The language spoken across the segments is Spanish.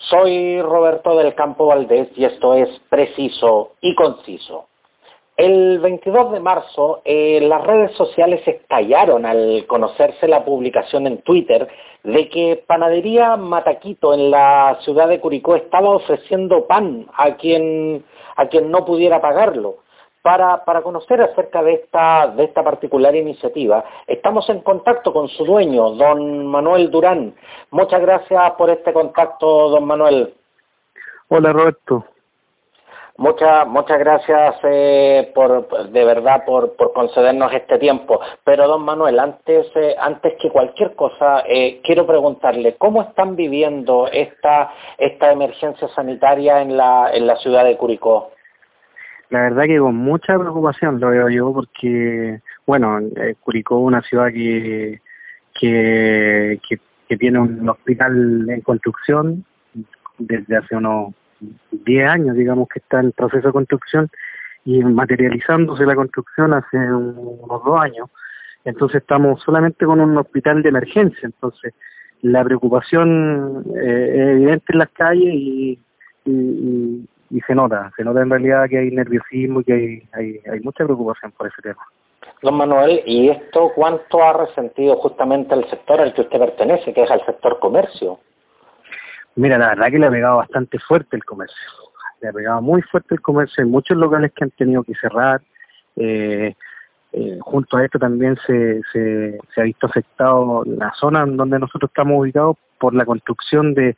Soy Roberto del Campo Valdés y esto es Preciso y Conciso. El 22 de marzo las redes sociales estallaron al conocerse la publicación en Twitter de que Panadería Mataquito en la ciudad de Curicó estaba ofreciendo pan a quien no pudiera pagarlo. Para conocer acerca de esta particular iniciativa, estamos en contacto con su dueño, don Manuel Durán. Muchas gracias por este contacto, don Manuel. Hola, Roberto. Muchas gracias de verdad por concedernos este tiempo. Pero don Manuel, antes que cualquier cosa, quiero preguntarle, ¿cómo están viviendo esta emergencia sanitaria en la ciudad de Curicó? La verdad que con mucha preocupación lo veo yo porque, bueno, Curicó es una ciudad que tiene un hospital en construcción desde hace unos 10 años, digamos que está en proceso de construcción y materializándose la construcción hace unos 2 años. Entonces estamos solamente con un hospital de emergencia, entonces la preocupación es evidente en las calles y se nota en realidad que hay nerviosismo y que hay mucha preocupación por ese tema. Don Manuel, ¿y esto cuánto ha resentido justamente el sector al que usted pertenece, que es al sector comercio? Mira, la verdad que le ha pegado bastante fuerte el comercio. Le ha pegado muy fuerte el comercio. Hay muchos locales que han tenido que cerrar. Junto a esto también se ha visto afectado la zona en donde nosotros estamos ubicados por la construcción de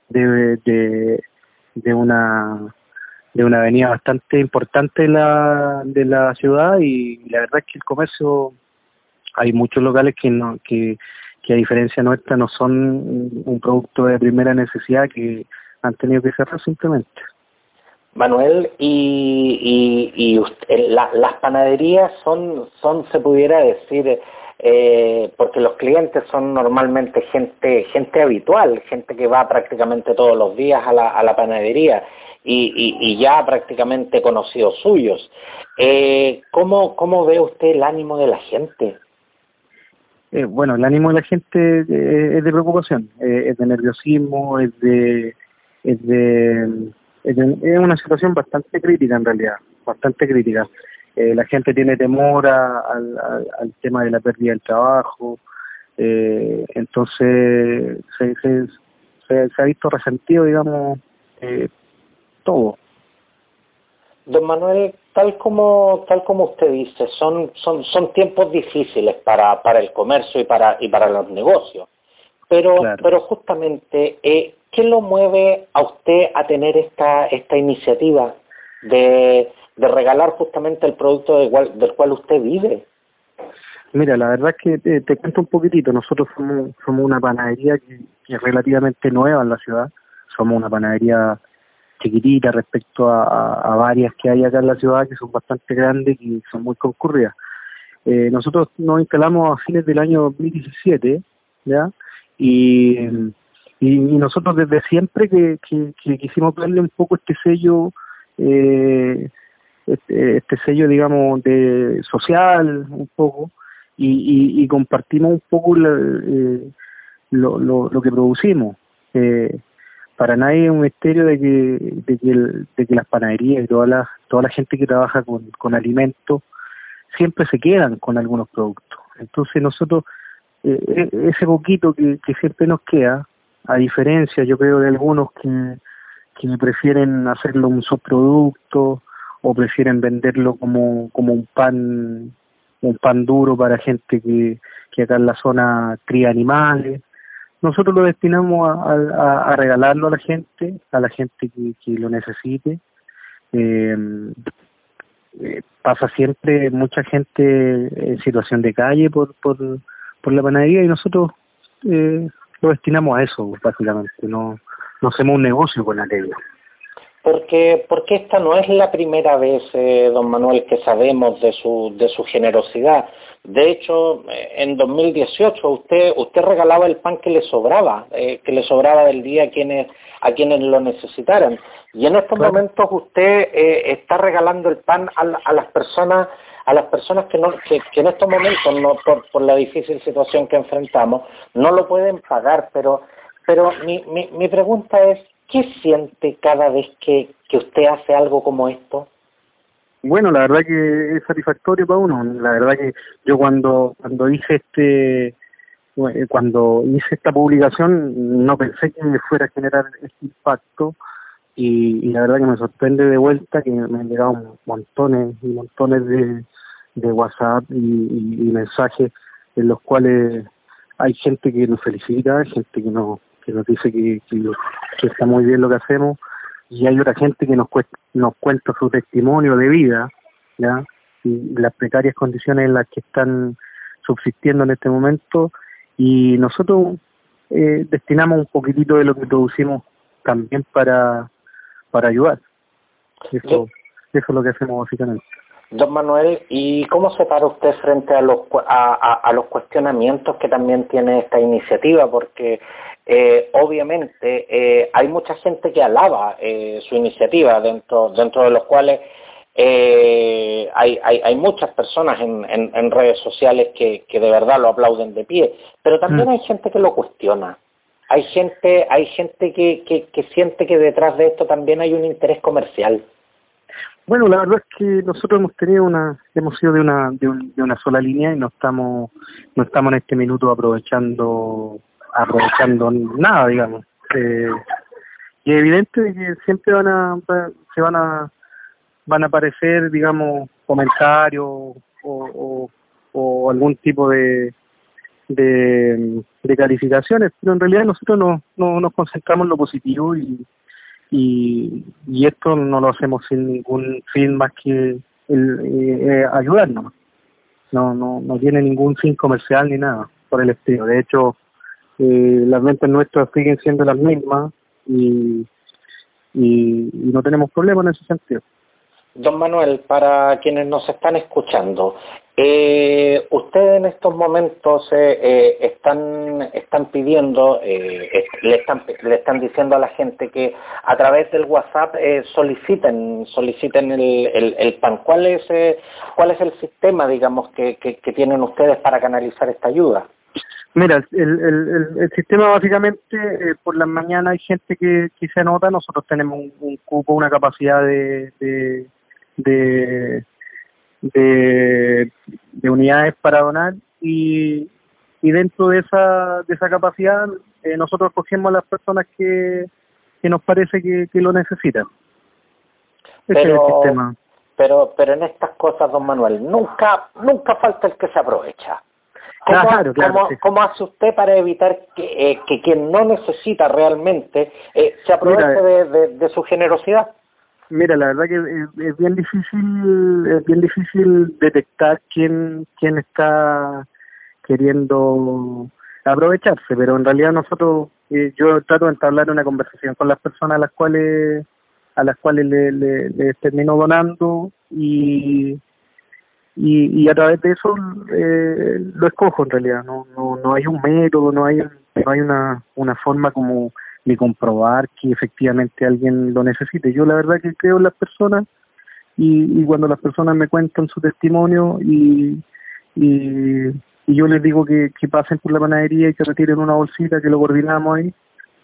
una avenida bastante importante de la ciudad, y la verdad es que el comercio, hay muchos locales que a diferencia nuestra no son un producto de primera necesidad, que han tenido que cerrar simplemente. Manuel, las panaderías son, se pudiera decir, porque los clientes son normalmente gente habitual, gente que va prácticamente todos los días a la panadería y ya prácticamente conocidos suyos. ¿Cómo ve usted el ánimo de la gente? Bueno, el ánimo de la gente es de preocupación, es de nerviosismo, es una situación bastante crítica en realidad, bastante crítica. La gente tiene temor al tema de la pérdida del trabajo, entonces se ha visto resentido, digamos, todo. Don Manuel, tal como usted dice, son tiempos difíciles para el comercio y para los negocios. Pero justamente, ¿qué lo mueve a usted a tener esta iniciativa de regalar justamente el producto del cual usted vive? Mira, la verdad es que te cuento un poquitito. Nosotros somos una panadería que es relativamente nueva en la ciudad. Somos una panadería chiquitita respecto a varias que hay acá en la ciudad, que son bastante grandes y son muy concurridas. Nosotros nos instalamos a fines del año 2017, ¿ya? Y nosotros desde siempre que quisimos darle un poco este sello, este sello, digamos, de social, un poco, y compartimos un poco lo que producimos. Para nadie es un misterio de que las panaderías y toda la gente que trabaja con alimentos siempre se quedan con algunos productos. Entonces nosotros, ese poquito que siempre nos queda, a diferencia, yo creo, de algunos que prefieren hacerlo un subproducto o prefieren venderlo como un pan duro para gente que acá en la zona cría animales. Nosotros lo destinamos a regalarlo a la gente que lo necesite. Pasa siempre mucha gente en situación de calle por la panadería, y nosotros lo destinamos a eso, básicamente. No hacemos un negocio con aquello. Porque esta no es la primera vez, don Manuel, que sabemos de su generosidad. De hecho, en 2018 usted regalaba el pan que le sobraba del día a quienes lo necesitaran. Y en estos momentos usted está regalando el pan a las personas que en estos momentos, no por la difícil situación que enfrentamos, no lo pueden pagar, pero Pero mi pregunta es, ¿qué siente cada vez que usted hace algo como esto? Bueno, la verdad que es satisfactorio para uno. La verdad que yo cuando hice esta publicación no pensé que me fuera a generar este impacto y la verdad que me sorprende de vuelta que me han llegado montones y montones de WhatsApp y mensajes en los cuales hay gente que nos felicita, hay gente que nos dice que está muy bien lo que hacemos y hay otra gente que nos cuenta su testimonio de vida, ¿ya? Y las precarias condiciones en las que están subsistiendo en este momento y nosotros destinamos un poquitito de lo que producimos también para ayudar. Eso es lo que hacemos básicamente. Don Manuel, ¿y cómo se para usted frente a los cuestionamientos que también tiene esta iniciativa? Porque obviamente hay mucha gente que alaba su iniciativa, dentro de los cuales hay muchas personas en redes sociales que de verdad lo aplauden de pie, pero también hay gente que lo cuestiona. Hay gente que siente que detrás de esto también hay un interés comercial. Bueno, la verdad es que nosotros hemos sido de una sola línea y no estamos en este minuto aprovechando nada, digamos. Y es evidente que siempre van a aparecer, digamos, comentarios o algún tipo de calificaciones, pero en realidad nosotros no nos concentramos en lo positivo y esto no lo hacemos sin ningún fin más que ayudarnos. No tiene ningún fin comercial ni nada por el estilo. De hecho, las ventas nuestras siguen siendo las mismas y no tenemos problemas en ese sentido. Don Manuel, para quienes nos están escuchando, ustedes en estos momentos están pidiendo, le están diciendo a la gente que a través del WhatsApp soliciten el PAN. ¿Cuál es el sistema, digamos, que tienen ustedes para canalizar esta ayuda? Mira, el sistema básicamente, por las mañanas hay gente que se anota, nosotros tenemos un cupo, una capacidad de unidades para donar y dentro de esa capacidad nosotros cogemos a las personas que nos parece que lo necesitan. Ese es el sistema. Pero en estas cosas, don Manuel, nunca falta el que se aprovecha. ¿Cómo hace usted para evitar que quien no necesita realmente se aproveche de su generosidad? Mira, la verdad que es bien difícil detectar quién está queriendo aprovecharse, pero en realidad nosotros, yo trato de entablar una conversación con las personas a las cuales le termino donando y a través de eso lo escojo en realidad. No hay un método, no hay una forma como de comprobar que efectivamente alguien lo necesite. Yo la verdad que creo en las personas y cuando las personas me cuentan su testimonio y yo les digo que pasen por la panadería y que retiren una bolsita, que lo coordinamos ahí,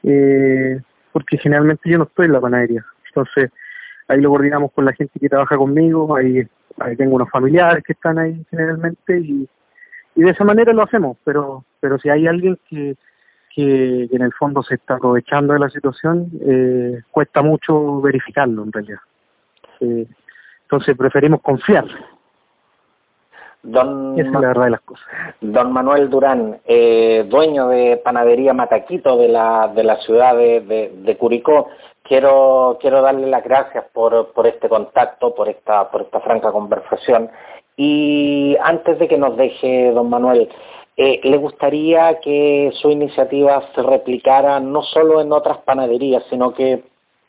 porque generalmente yo no estoy en la panadería. Entonces ahí lo coordinamos con la gente que trabaja conmigo, ahí tengo unos familiares que están ahí generalmente y de esa manera lo hacemos, pero si hay alguien que en el fondo se está aprovechando de la situación, cuesta mucho verificarlo en realidad. Entonces preferimos confiar. Esa es la verdad de las cosas. Don Manuel Durán, dueño de Panadería Mataquito de la ciudad de Curicó, quiero darle las gracias por este contacto, por esta franca conversación. Y antes de que nos deje, don Manuel, ¿le gustaría que su iniciativa se replicara no solo en otras panaderías, sino que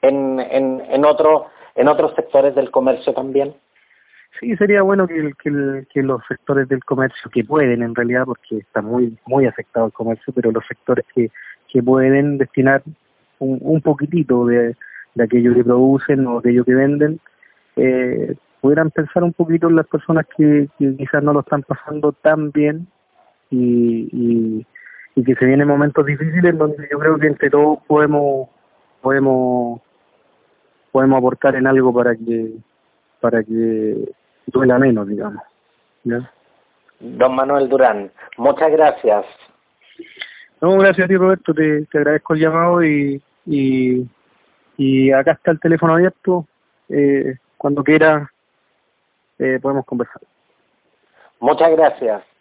en otros sectores del comercio también? Sí, sería bueno que los sectores del comercio que pueden, en realidad, porque está muy muy afectado el comercio, pero los sectores que pueden destinar un poquitito de aquello que producen o aquello que venden, pudieran pensar un poquito en las personas que quizás no lo están pasando tan bien y y que se vienen momentos difíciles donde yo creo que entre todos podemos aportar en algo para que duela menos, digamos, ¿ya? Don Manuel Durán, muchas gracias. No, gracias a ti, Roberto, te agradezco el llamado y acá está el teléfono abierto, cuando quieras podemos conversar. Muchas gracias.